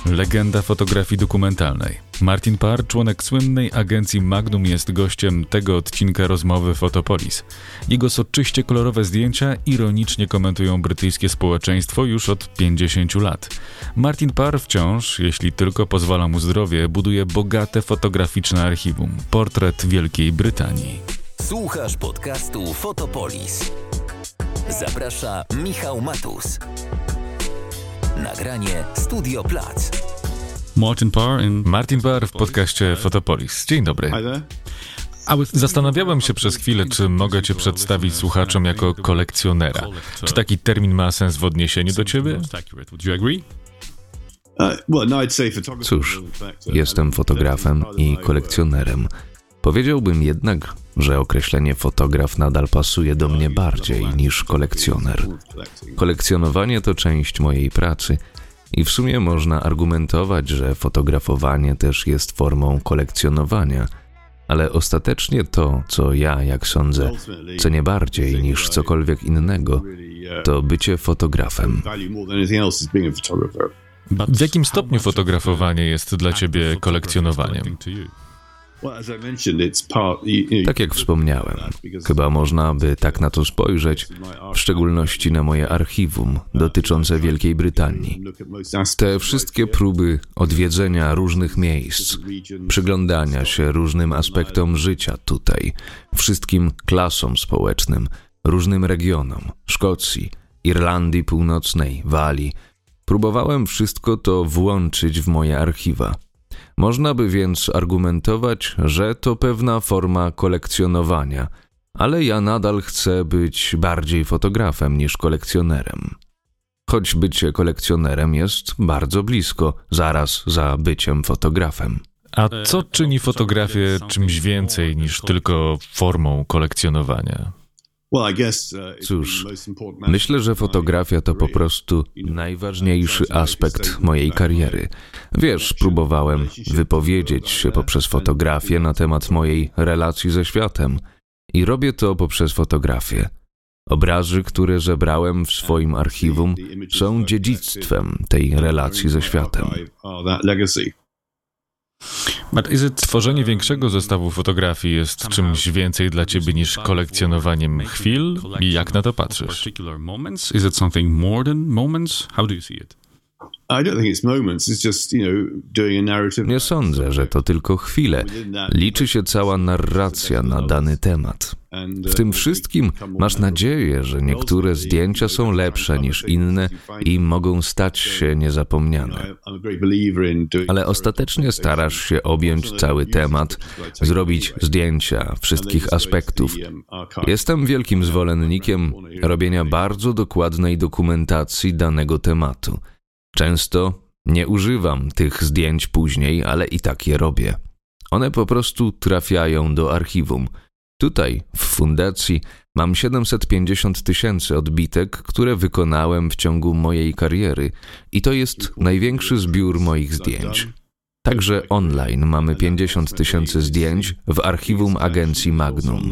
Legenda fotografii dokumentalnej. Martin Parr, członek słynnej agencji Magnum, jest gościem tego odcinka rozmowy Fotopolis. Jego soczyście kolorowe zdjęcia ironicznie komentują brytyjskie społeczeństwo już od 50 lat. Martin Parr wciąż, jeśli tylko pozwala mu zdrowie, buduje bogate fotograficzne archiwum. Portret Wielkiej Brytanii. Słuchasz podcastu Fotopolis. Zaprasza Michał Matus. Nagranie Studio Plac. Martin Parr w podcaście Fotopolis. Dzień dobry. Zastanawiałem się przez chwilę, czy mogę cię przedstawić słuchaczom jako kolekcjonera. Czy taki termin ma sens w odniesieniu do ciebie? Cóż, jestem fotografem i kolekcjonerem. Powiedziałbym jednak, że określenie fotograf nadal pasuje do mnie bardziej niż kolekcjoner. Kolekcjonowanie to część mojej pracy i w sumie można argumentować, że fotografowanie też jest formą kolekcjonowania, ale ostatecznie to, co ja, jak sądzę, cenię bardziej niż cokolwiek innego, to bycie fotografem. W jakim stopniu fotografowanie jest dla ciebie kolekcjonowaniem? Tak jak wspomniałem, chyba można by tak na to spojrzeć, w szczególności na moje archiwum dotyczące Wielkiej Brytanii. Te wszystkie próby odwiedzenia różnych miejsc, przyglądania się różnym aspektom życia tutaj, wszystkim klasom społecznym, różnym regionom, Szkocji, Irlandii Północnej, Walii. Próbowałem wszystko to włączyć w moje archiwa. Można by więc argumentować, że to pewna forma kolekcjonowania, ale ja nadal chcę być bardziej fotografem niż kolekcjonerem. Choć bycie kolekcjonerem jest bardzo blisko, zaraz za byciem fotografem. A co czyni fotografię czymś więcej niż tylko formą kolekcjonowania? Cóż, myślę, że fotografia to po prostu najważniejszy aspekt mojej kariery. Wiesz, próbowałem wypowiedzieć się poprzez fotografię na temat mojej relacji ze światem i robię to poprzez fotografię. Obrazy, które zebrałem w swoim archiwum, są dziedzictwem tej relacji ze światem. Tworzenie większego zestawu fotografii jest czymś więcej dla ciebie niż kolekcjonowaniem chwil? I jak na to patrzysz? Nie sądzę, że to tylko chwile. Liczy się cała narracja na dany temat. W tym wszystkim masz nadzieję, że niektóre zdjęcia są lepsze niż inne i mogą stać się niezapomniane. Ale ostatecznie starasz się objąć cały temat, zrobić zdjęcia wszystkich aspektów. Jestem wielkim zwolennikiem robienia bardzo dokładnej dokumentacji danego tematu. Często nie używam tych zdjęć później, ale i tak je robię. One po prostu trafiają do archiwum. Tutaj, w fundacji, mam 750 000 odbitek, które wykonałem w ciągu mojej kariery i to jest największy zbiór moich zdjęć. Także online mamy 50 000 zdjęć w archiwum agencji Magnum.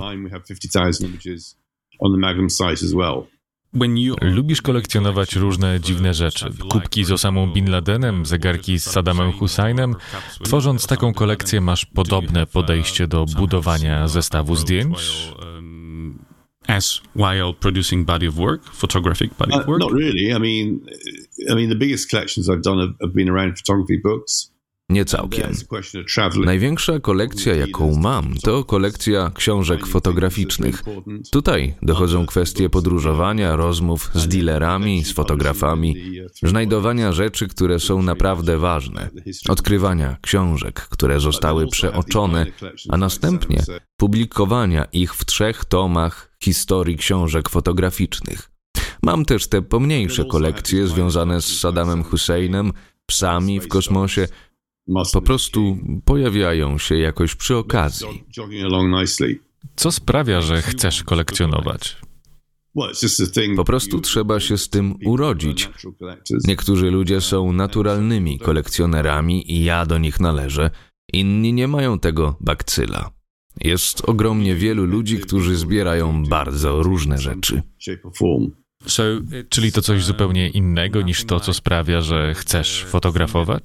Lubisz kolekcjonować różne dziwne rzeczy. Kubki z Osamą Bin Ladenem, zegarki z Saddamem Husseinem. Tworząc taką kolekcję masz podobne podejście do budowania zestawu zdjęć? While producing body of work, photographic body of work? Not really. I mean, the biggest collections I've done have been around photography books. Nie całkiem. Największa kolekcja, jaką mam, to kolekcja książek fotograficznych. Tutaj dochodzą kwestie podróżowania, rozmów z dealerami, z fotografami, znajdowania rzeczy, które są naprawdę ważne, odkrywania książek, które zostały przeoczone, a następnie publikowania ich w 3 tomach historii książek fotograficznych. Mam też te pomniejsze kolekcje związane z Saddamem Husseinem, psami w kosmosie. Po prostu pojawiają się jakoś przy okazji. Co sprawia, że chcesz kolekcjonować? Po prostu trzeba się z tym urodzić. Niektórzy ludzie są naturalnymi kolekcjonerami i ja do nich należę. Inni nie mają tego bakcyla. Jest ogromnie wielu ludzi, którzy zbierają bardzo różne rzeczy. Czyli to coś zupełnie innego niż to, co sprawia, że chcesz fotografować?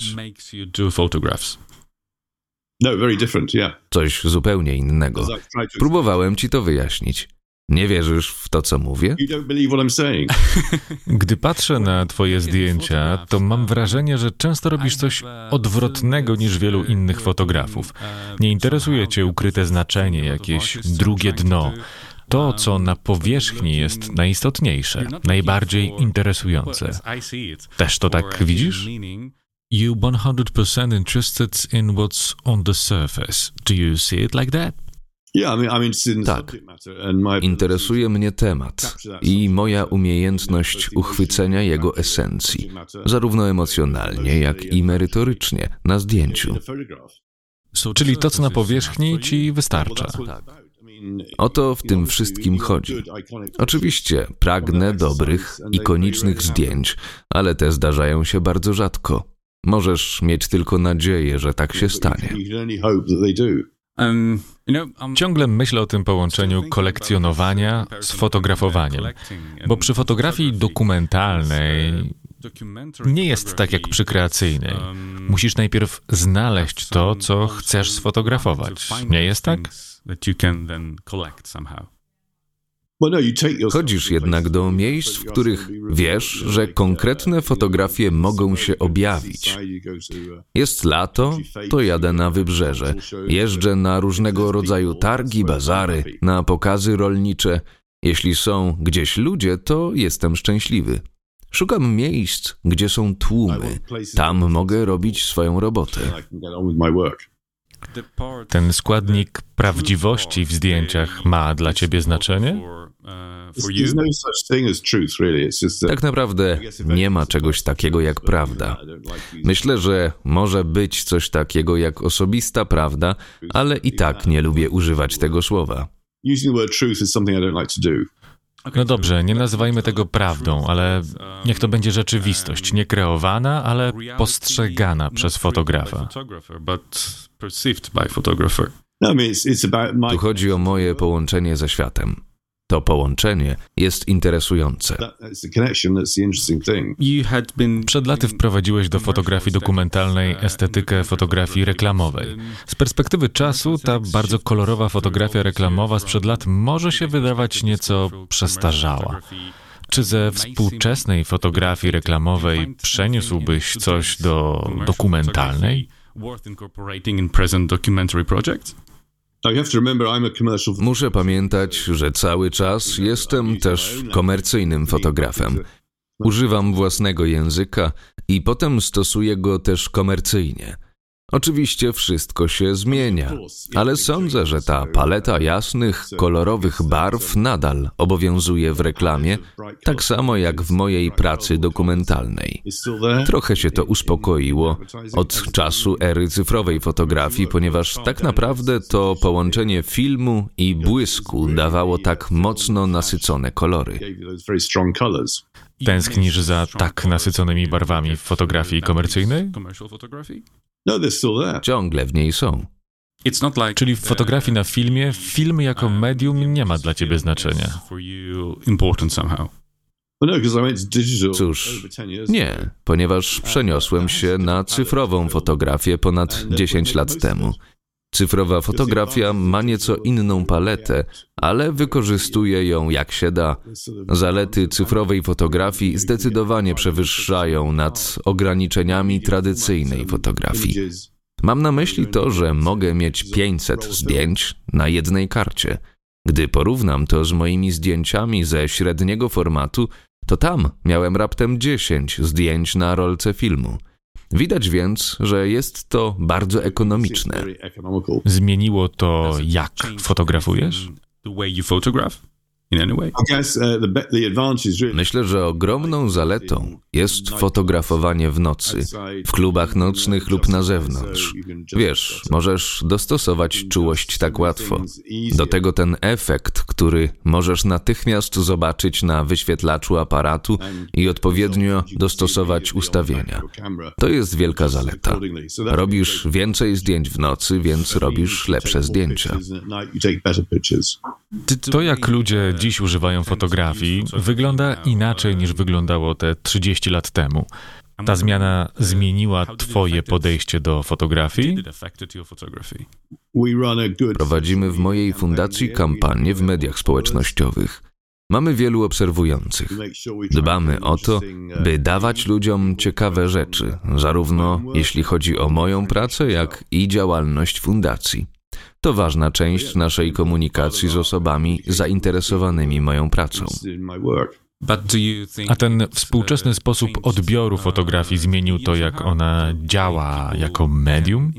No, very different, yeah. Coś zupełnie innego. Próbowałem ci to wyjaśnić. Nie wierzysz w to, co mówię? You don't believe what I'm saying. Gdy patrzę na twoje zdjęcia, to mam wrażenie, że często robisz coś odwrotnego niż wielu innych fotografów. Nie interesuje cię ukryte znaczenie, jakieś drugie dno. To, co na powierzchni jest najistotniejsze, najbardziej interesujące. Też to tak widzisz? You 100% interested in what's on the surface. Do you see it like that? Tak. Interesuje mnie temat i moja umiejętność uchwycenia jego esencji, zarówno emocjonalnie, jak i merytorycznie, na zdjęciu. Czyli to, co na powierzchni, ci wystarcza. O to w tym wszystkim chodzi. Oczywiście pragnę dobrych, ikonicznych zdjęć, ale te zdarzają się bardzo rzadko. Możesz mieć tylko nadzieję, że tak się stanie. Ciągle myślę o tym połączeniu kolekcjonowania z fotografowaniem, bo przy fotografii dokumentalnej nie jest tak jak przy kreacyjnej. Musisz najpierw znaleźć to, co chcesz sfotografować. Nie jest tak? Chodzisz jednak do miejsc, w których wiesz, że konkretne fotografie mogą się objawić. Jest lato, to jadę na wybrzeże. Jeżdżę na różnego rodzaju targi, bazary, na pokazy rolnicze. Jeśli są gdzieś ludzie, to jestem szczęśliwy. Szukam miejsc, gdzie są tłumy. Tam mogę robić swoją robotę. Ten składnik prawdziwości w zdjęciach ma dla ciebie znaczenie? Tak naprawdę nie ma czegoś takiego jak prawda. Myślę, że może być coś takiego jak osobista prawda, ale i tak nie lubię używać tego słowa. No dobrze, nie nazywajmy tego prawdą, ale niech to będzie rzeczywistość, nie kreowana, ale postrzegana przez fotografa. Tu chodzi o moje połączenie ze światem. To połączenie jest interesujące. Przed laty wprowadziłeś do fotografii dokumentalnej estetykę fotografii reklamowej. Z perspektywy czasu ta bardzo kolorowa fotografia reklamowa sprzed lat może się wydawać nieco przestarzała. Czy ze współczesnej fotografii reklamowej przeniósłbyś coś do dokumentalnej? Muszę pamiętać, że cały czas jestem też komercyjnym fotografem. Używam własnego języka i potem stosuję go też komercyjnie. Oczywiście wszystko się zmienia, ale sądzę, że ta paleta jasnych, kolorowych barw nadal obowiązuje w reklamie, tak samo jak w mojej pracy dokumentalnej. Trochę się to uspokoiło od czasu ery cyfrowej fotografii, ponieważ tak naprawdę to połączenie filmu i błysku dawało tak mocno nasycone kolory. Tęsknisz za tak nasyconymi barwami w fotografii komercyjnej? Ciągle w niej są. Czyli w fotografii na filmie, film jako medium nie ma dla ciebie znaczenia. Cóż, nie, ponieważ przeniosłem się na cyfrową fotografię ponad 10 lat temu. Cyfrowa fotografia ma nieco inną paletę, ale wykorzystuje ją jak się da. Zalety cyfrowej fotografii zdecydowanie przewyższają nad ograniczeniami tradycyjnej fotografii. Mam na myśli to, że mogę mieć 500 zdjęć na jednej karcie. Gdy porównam to z moimi zdjęciami ze średniego formatu, to tam miałem raptem 10 zdjęć na rolce filmu. Widać więc, że jest to bardzo ekonomiczne. Zmieniło to, jak fotografujesz? Myślę, że ogromną zaletą jest fotografowanie w nocy, w klubach nocnych lub na zewnątrz. Wiesz, możesz dostosować czułość tak łatwo. Do tego ten efekt, który możesz natychmiast zobaczyć na wyświetlaczu aparatu i odpowiednio dostosować ustawienia. To jest wielka zaleta. Robisz więcej zdjęć w nocy, więc robisz lepsze zdjęcia. To, jak ludzie dziś używają fotografii, wygląda inaczej niż wyglądało te 30 lat temu. Ta zmiana zmieniła twoje podejście do fotografii? Prowadzimy w mojej fundacji kampanię w mediach społecznościowych. Mamy wielu obserwujących. Dbamy o to, by dawać ludziom ciekawe rzeczy, zarówno jeśli chodzi o moją pracę, jak i działalność fundacji. To ważna część naszej komunikacji z osobami zainteresowanymi moją pracą. A ten współczesny sposób odbioru fotografii zmienił to, jak ona działa jako medium?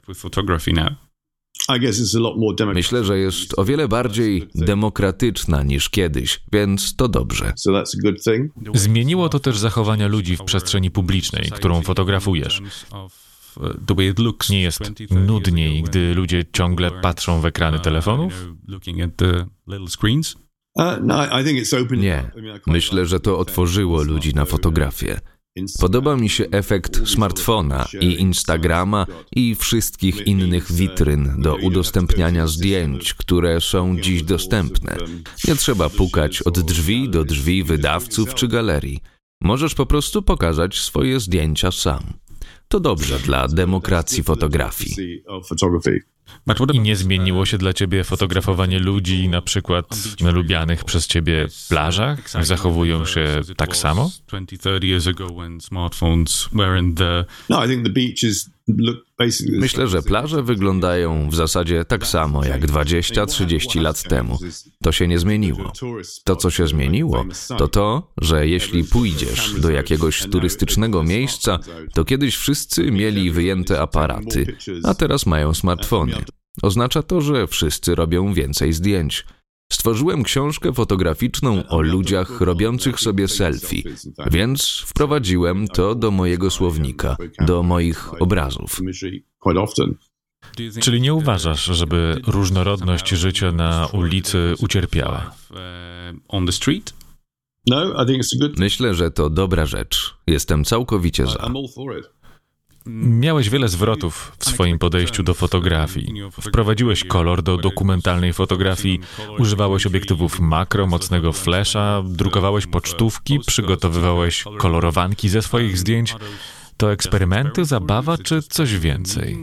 Myślę, że jest o wiele bardziej demokratyczna niż kiedyś, więc to dobrze. Zmieniło to też zachowania ludzi w przestrzeni publicznej, którą fotografujesz. Nie jest nudniej, gdy ludzie ciągle patrzą w ekrany telefonów? Nie. Myślę, że to otworzyło ludzi na fotografię. Podoba mi się efekt smartfona i Instagrama i wszystkich innych witryn do udostępniania zdjęć, które są dziś dostępne. Nie trzeba pukać od drzwi do drzwi wydawców czy galerii. Możesz po prostu pokazać swoje zdjęcia sam. To dobrze dla demokracji fotografii. I nie zmieniło się dla ciebie fotografowanie ludzi na przykład na lubianych przez ciebie plażach? Zachowują się tak samo? Myślę, że plaże wyglądają w zasadzie tak samo jak 20-30 lat temu. To się nie zmieniło. To, co się zmieniło, to to, że jeśli pójdziesz do jakiegoś turystycznego miejsca, to kiedyś wszyscy mieli wyjęte aparaty, a teraz mają smartfony. Oznacza to, że wszyscy robią więcej zdjęć. Stworzyłem książkę fotograficzną o ludziach robiących sobie selfie, więc wprowadziłem to do mojego słownika, do moich obrazów. Czyli nie uważasz, żeby różnorodność życia na ulicy ucierpiała? Myślę, że to dobra rzecz. Jestem całkowicie za. Miałeś wiele zwrotów w swoim podejściu do fotografii. Wprowadziłeś kolor do dokumentalnej fotografii, używałeś obiektywów makro, mocnego flasha, drukowałeś pocztówki, przygotowywałeś kolorowanki ze swoich zdjęć. To eksperymenty, zabawa czy coś więcej?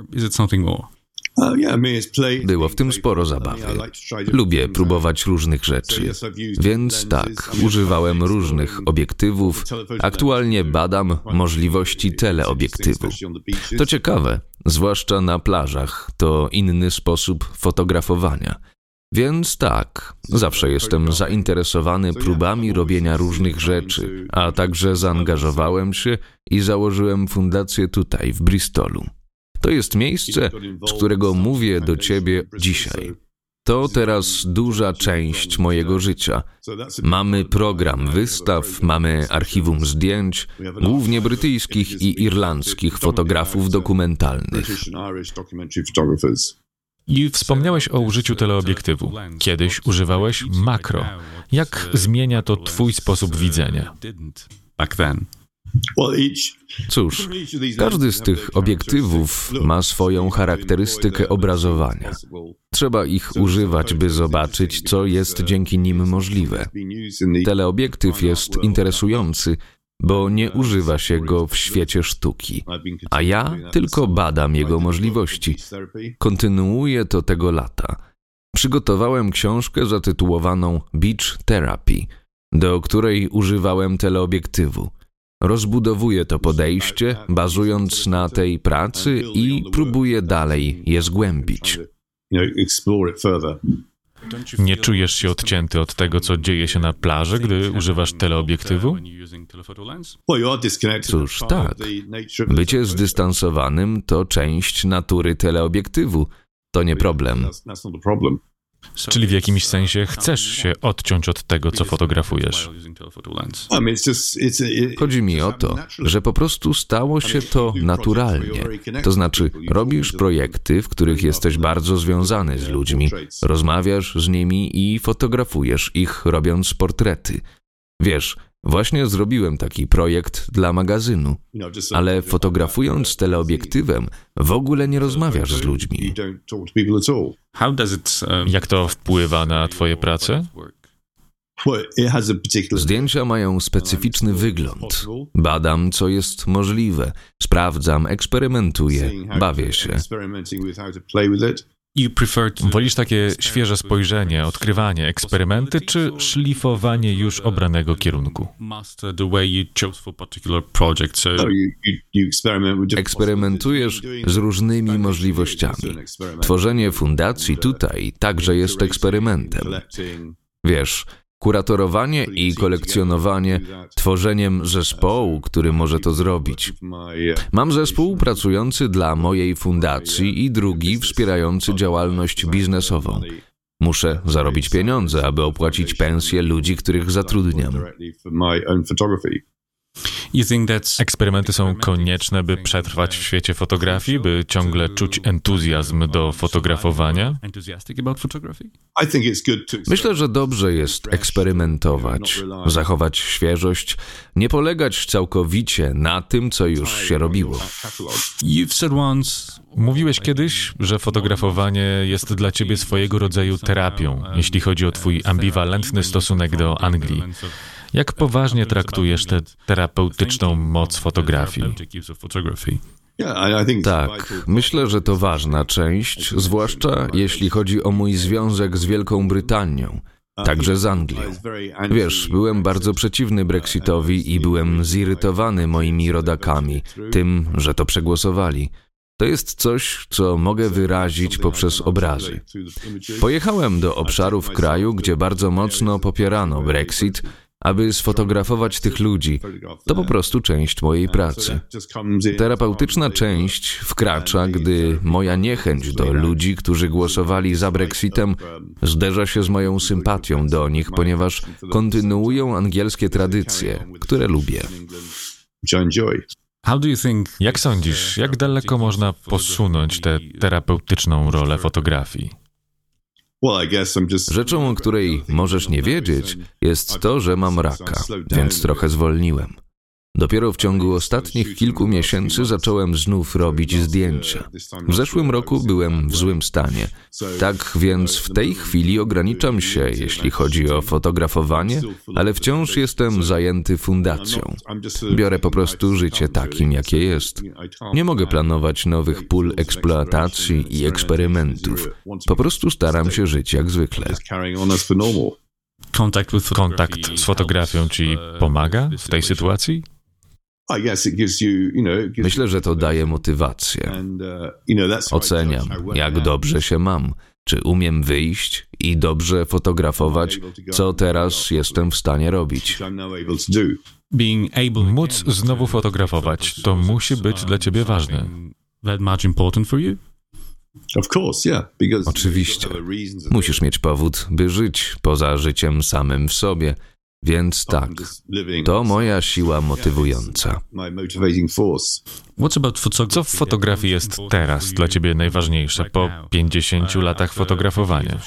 Było w tym sporo zabawy. Lubię próbować różnych rzeczy, więc tak, używałem różnych obiektywów. Aktualnie badam możliwości teleobiektywu. To ciekawe, zwłaszcza na plażach, to inny sposób fotografowania. Więc tak, zawsze jestem zainteresowany próbami robienia różnych rzeczy, a także zaangażowałem się i założyłem fundację tutaj, w Bristolu. To jest miejsce, z którego mówię do ciebie dzisiaj. To teraz duża część mojego życia. Mamy program wystaw, mamy archiwum zdjęć, głównie brytyjskich i irlandzkich fotografów dokumentalnych. Wspomniałeś o użyciu teleobiektywu. Kiedyś używałeś makro. Jak zmienia to twój sposób widzenia? Cóż, każdy z tych obiektywów ma swoją charakterystykę obrazowania. Trzeba ich używać, by zobaczyć, co jest dzięki nim możliwe. Teleobiektyw jest interesujący, bo nie używa się go w świecie sztuki, a ja tylko badam jego możliwości. Kontynuuję to tego lata. Przygotowałem książkę zatytułowaną Beach Therapy, do której używałem teleobiektywu. Rozbudowuję to podejście, bazując na tej pracy i próbuję dalej je zgłębić. Nie czujesz się odcięty od tego, co dzieje się na plaży, gdy używasz teleobiektywu? Cóż, tak. Bycie zdystansowanym to część natury teleobiektywu. To nie problem. Czyli w jakimś sensie chcesz się odciąć od tego, co fotografujesz. Chodzi mi o to, że po prostu stało się to naturalnie. To znaczy, robisz projekty, w których jesteś bardzo związany z ludźmi, rozmawiasz z nimi i fotografujesz ich, robiąc portrety. Wiesz, właśnie zrobiłem taki projekt dla magazynu, ale fotografując teleobiektywem w ogóle nie rozmawiasz z ludźmi. Jak to wpływa na twoje prace? Zdjęcia mają specyficzny wygląd. Badam, co jest możliwe. Sprawdzam, eksperymentuję, bawię się. Wolisz takie świeże spojrzenie, odkrywanie, eksperymenty, czy szlifowanie już obranego kierunku? Eksperymentujesz z różnymi możliwościami. Tworzenie fundacji tutaj także jest eksperymentem. Wiesz, kuratorowanie i kolekcjonowanie, tworzeniem zespołu, który może to zrobić. Mam zespół pracujący dla mojej fundacji i drugi wspierający działalność biznesową. Muszę zarobić pieniądze, aby opłacić pensje ludzi, których zatrudniam. Eksperymenty są konieczne, by przetrwać w świecie fotografii, by ciągle czuć entuzjazm do fotografowania? Myślę, że dobrze jest eksperymentować, zachować świeżość, nie polegać całkowicie na tym, co już się robiło. Mówiłeś kiedyś, że fotografowanie jest dla ciebie swojego rodzaju terapią, jeśli chodzi o twój ambiwalentny stosunek do Anglii. Jak poważnie traktujesz tę terapeutyczną moc fotografii? Tak, myślę, że to ważna część, zwłaszcza jeśli chodzi o mój związek z Wielką Brytanią, także z Anglią. Wiesz, byłem bardzo przeciwny Brexitowi i byłem zirytowany moimi rodakami, tym, że to przegłosowali. To jest coś, co mogę wyrazić poprzez obrazy. Pojechałem do obszarów kraju, gdzie bardzo mocno popierano Brexit, aby sfotografować tych ludzi. To po prostu część mojej pracy. Terapeutyczna część wkracza, gdy moja niechęć do ludzi, którzy głosowali za Brexitem, zderza się z moją sympatią do nich, ponieważ kontynuują angielskie tradycje, które lubię. Jak sądzisz, jak daleko można posunąć tę terapeutyczną rolę fotografii? Rzeczą, o której możesz nie wiedzieć, jest to, że mam raka, więc trochę zwolniłem. Dopiero w ciągu ostatnich kilku miesięcy zacząłem znów robić zdjęcia. W zeszłym roku byłem w złym stanie. Tak więc w tej chwili ograniczam się, jeśli chodzi o fotografowanie, ale wciąż jestem zajęty fundacją. Biorę po prostu życie takim, jakie jest. Nie mogę planować nowych pól eksploatacji i eksperymentów. Po prostu staram się żyć jak zwykle. Kontakt z fotografią ci pomaga w tej sytuacji? Myślę, że to daje motywację. Oceniam, jak dobrze się mam, czy umiem wyjść i dobrze fotografować, co teraz jestem w stanie robić. Móc znowu fotografować, to musi być dla ciebie ważne. Oczywiście. Musisz mieć powód, by żyć poza życiem samym w sobie. Więc tak, to moja siła motywująca. Co w fotografii jest teraz dla ciebie najważniejsze po 50 latach fotografowania?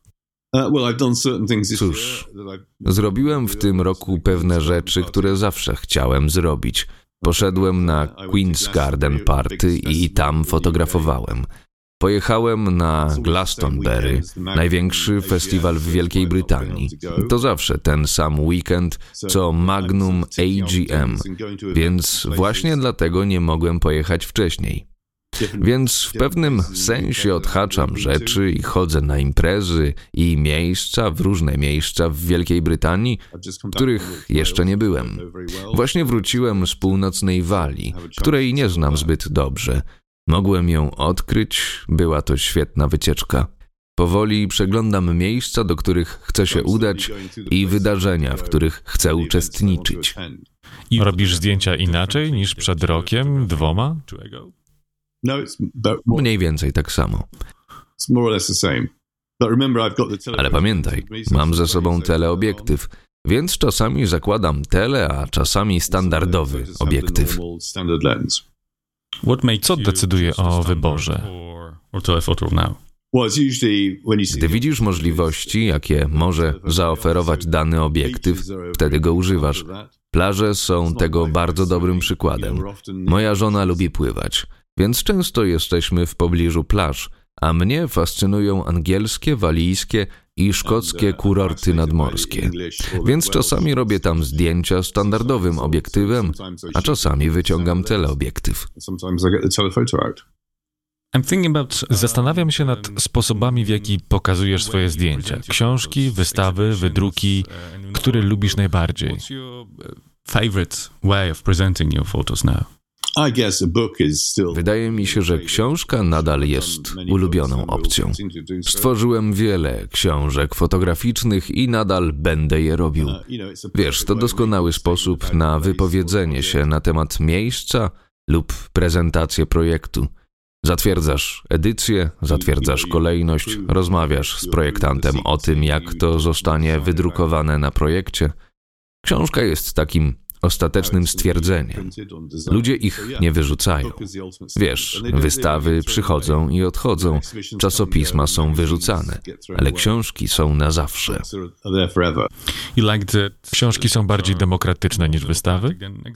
Cóż, zrobiłem w tym roku pewne rzeczy, które zawsze chciałem zrobić. Poszedłem na Queen's Garden Party i tam fotografowałem. Pojechałem na Glastonbury, największy festiwal w Wielkiej Brytanii. To zawsze ten sam weekend, co Magnum AGM, więc właśnie dlatego nie mogłem pojechać wcześniej. Więc w pewnym sensie odhaczam rzeczy i chodzę na imprezy i miejsca, w różne miejsca w Wielkiej Brytanii, w których jeszcze nie byłem. Właśnie wróciłem z północnej Walii, której nie znam zbyt dobrze. Mogłem ją odkryć, była to świetna wycieczka. Powoli przeglądam miejsca, do których chcę się udać i wydarzenia, w których chcę uczestniczyć. Robisz zdjęcia inaczej niż przed rokiem, 2? Mniej więcej tak samo. Ale pamiętaj, mam ze sobą teleobiektyw, więc czasami zakładam a czasami standardowy obiektyw. Co decyduje o wyborze? Gdy widzisz możliwości, jakie może zaoferować dany obiektyw, wtedy go używasz. Plaże są tego bardzo dobrym przykładem. Moja żona lubi pływać, więc często jesteśmy w pobliżu plaż, a mnie fascynują angielskie, walijskie i szkockie kurorty nadmorskie. Więc czasami robię tam zdjęcia standardowym obiektywem, a czasami wyciągam teleobiektyw. Zastanawiam się nad sposobami, w jaki pokazujesz swoje zdjęcia. Książki, wystawy, wydruki, które lubisz najbardziej. What's your favorite way of presenting your photos now? Wydaje mi się, że książka nadal jest ulubioną opcją. Stworzyłem wiele książek fotograficznych i nadal będę je robił. Wiesz, to doskonały sposób na wypowiedzenie się na temat miejsca lub prezentację projektu. Zatwierdzasz edycję, zatwierdzasz kolejność, rozmawiasz z projektantem o tym, jak to zostanie wydrukowane na projekcie. Książka jest takim ostatecznym stwierdzeniem. Ludzie ich nie wyrzucają. Wiesz, wystawy przychodzą i odchodzą, czasopisma są wyrzucane, ale książki są na zawsze. Książki są bardziej demokratyczne niż wystawy?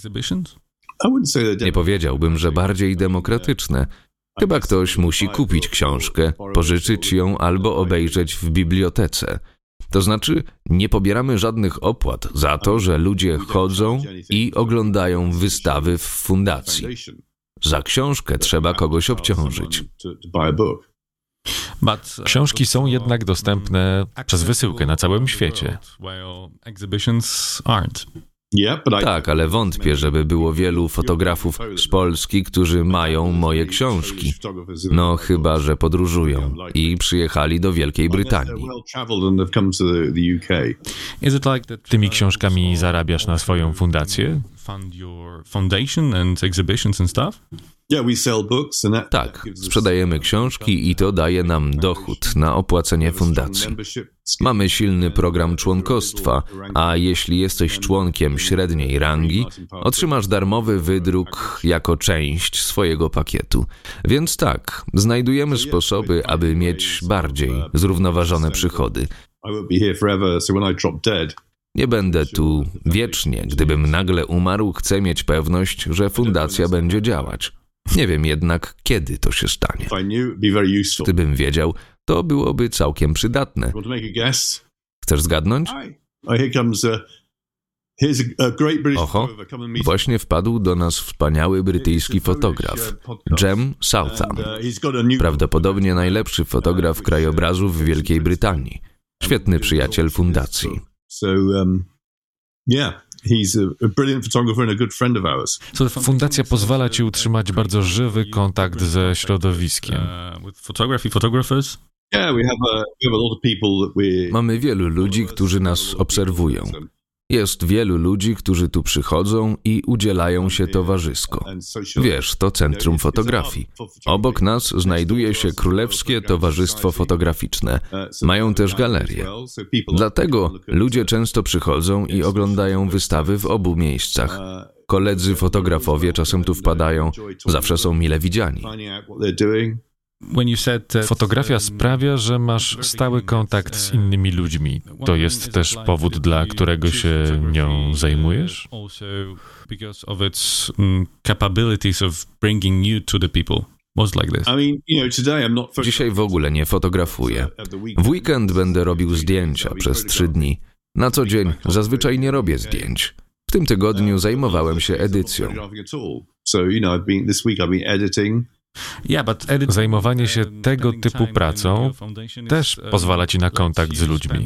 Nie powiedziałbym, że bardziej demokratyczne. Chyba ktoś musi kupić książkę, pożyczyć ją albo obejrzeć w bibliotece. To znaczy, nie pobieramy żadnych opłat za to, że ludzie chodzą i oglądają wystawy w fundacji. Za książkę trzeba kogoś obciążyć. Książki są jednak dostępne przez wysyłkę na całym świecie. Tak, ale wątpię, żeby było wielu fotografów z Polski, którzy mają moje książki. No chyba, że podróżują i przyjechali do Wielkiej Brytanii. Tymi książkami zarabiasz na swoją fundację? Tak, sprzedajemy książki i to daje nam dochód na opłacenie fundacji. Mamy silny program członkostwa, a jeśli jesteś członkiem średniej rangi, otrzymasz darmowy wydruk jako część swojego pakietu. Więc tak, znajdujemy sposoby, aby mieć bardziej zrównoważone przychody. Nie będę tu wiecznie. Gdybym nagle umarł, chcę mieć pewność, że fundacja będzie działać. Nie wiem jednak, kiedy to się stanie. Gdybym wiedział, to byłoby całkiem przydatne. Chcesz zgadnąć? Oho, właśnie wpadł do nas wspaniały brytyjski fotograf, Jem Southam. Prawdopodobnie najlepszy fotograf krajobrazów w Wielkiej Brytanii. Świetny przyjaciel fundacji. Fundacja pozwala ci utrzymać bardzo żywy kontakt ze środowiskiem. Mamy wielu ludzi, którzy nas obserwują. Jest wielu ludzi, którzy tu przychodzą i udzielają się towarzysko. Wiesz, to Centrum Fotografii. Obok nas znajduje się Królewskie Towarzystwo Fotograficzne. Mają też galerię. Dlatego ludzie często przychodzą i oglądają wystawy w obu miejscach. Koledzy fotografowie czasem tu wpadają, zawsze są mile widziani. Fotografia sprawia, że masz stały kontakt z innymi ludźmi. To jest też powód, dla którego się nią zajmujesz? Dzisiaj w ogóle nie fotografuję. W weekend będę robił zdjęcia przez 3 dni. Na co dzień zazwyczaj nie robię zdjęć. W tym tygodniu zajmowałem się edycją. Zajmowanie się tego typu pracą też pozwala ci na kontakt z ludźmi.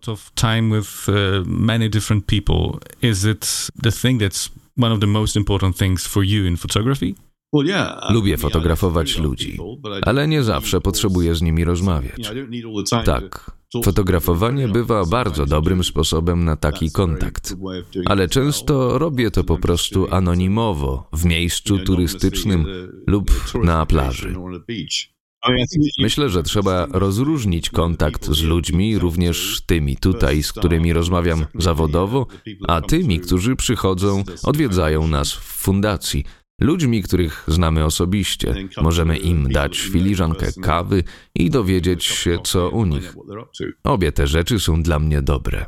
Lubię fotografować ludzi, ale nie zawsze potrzebuję z nimi rozmawiać. Tak, fotografowanie bywa bardzo dobrym sposobem na taki kontakt, ale często robię to po prostu anonimowo, w miejscu turystycznym lub na plaży. Myślę, że trzeba rozróżnić kontakt z ludźmi, również tymi tutaj, z którymi rozmawiam zawodowo, a tymi, którzy przychodzą, odwiedzają nas w fundacji. Ludźmi, których znamy osobiście. Możemy im dać filiżankę kawy i dowiedzieć się, co u nich. Obie te rzeczy są dla mnie dobre.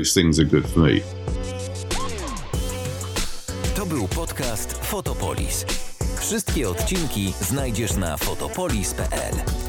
To był podcast Fotopolis. Wszystkie odcinki znajdziesz na fotopolis.pl.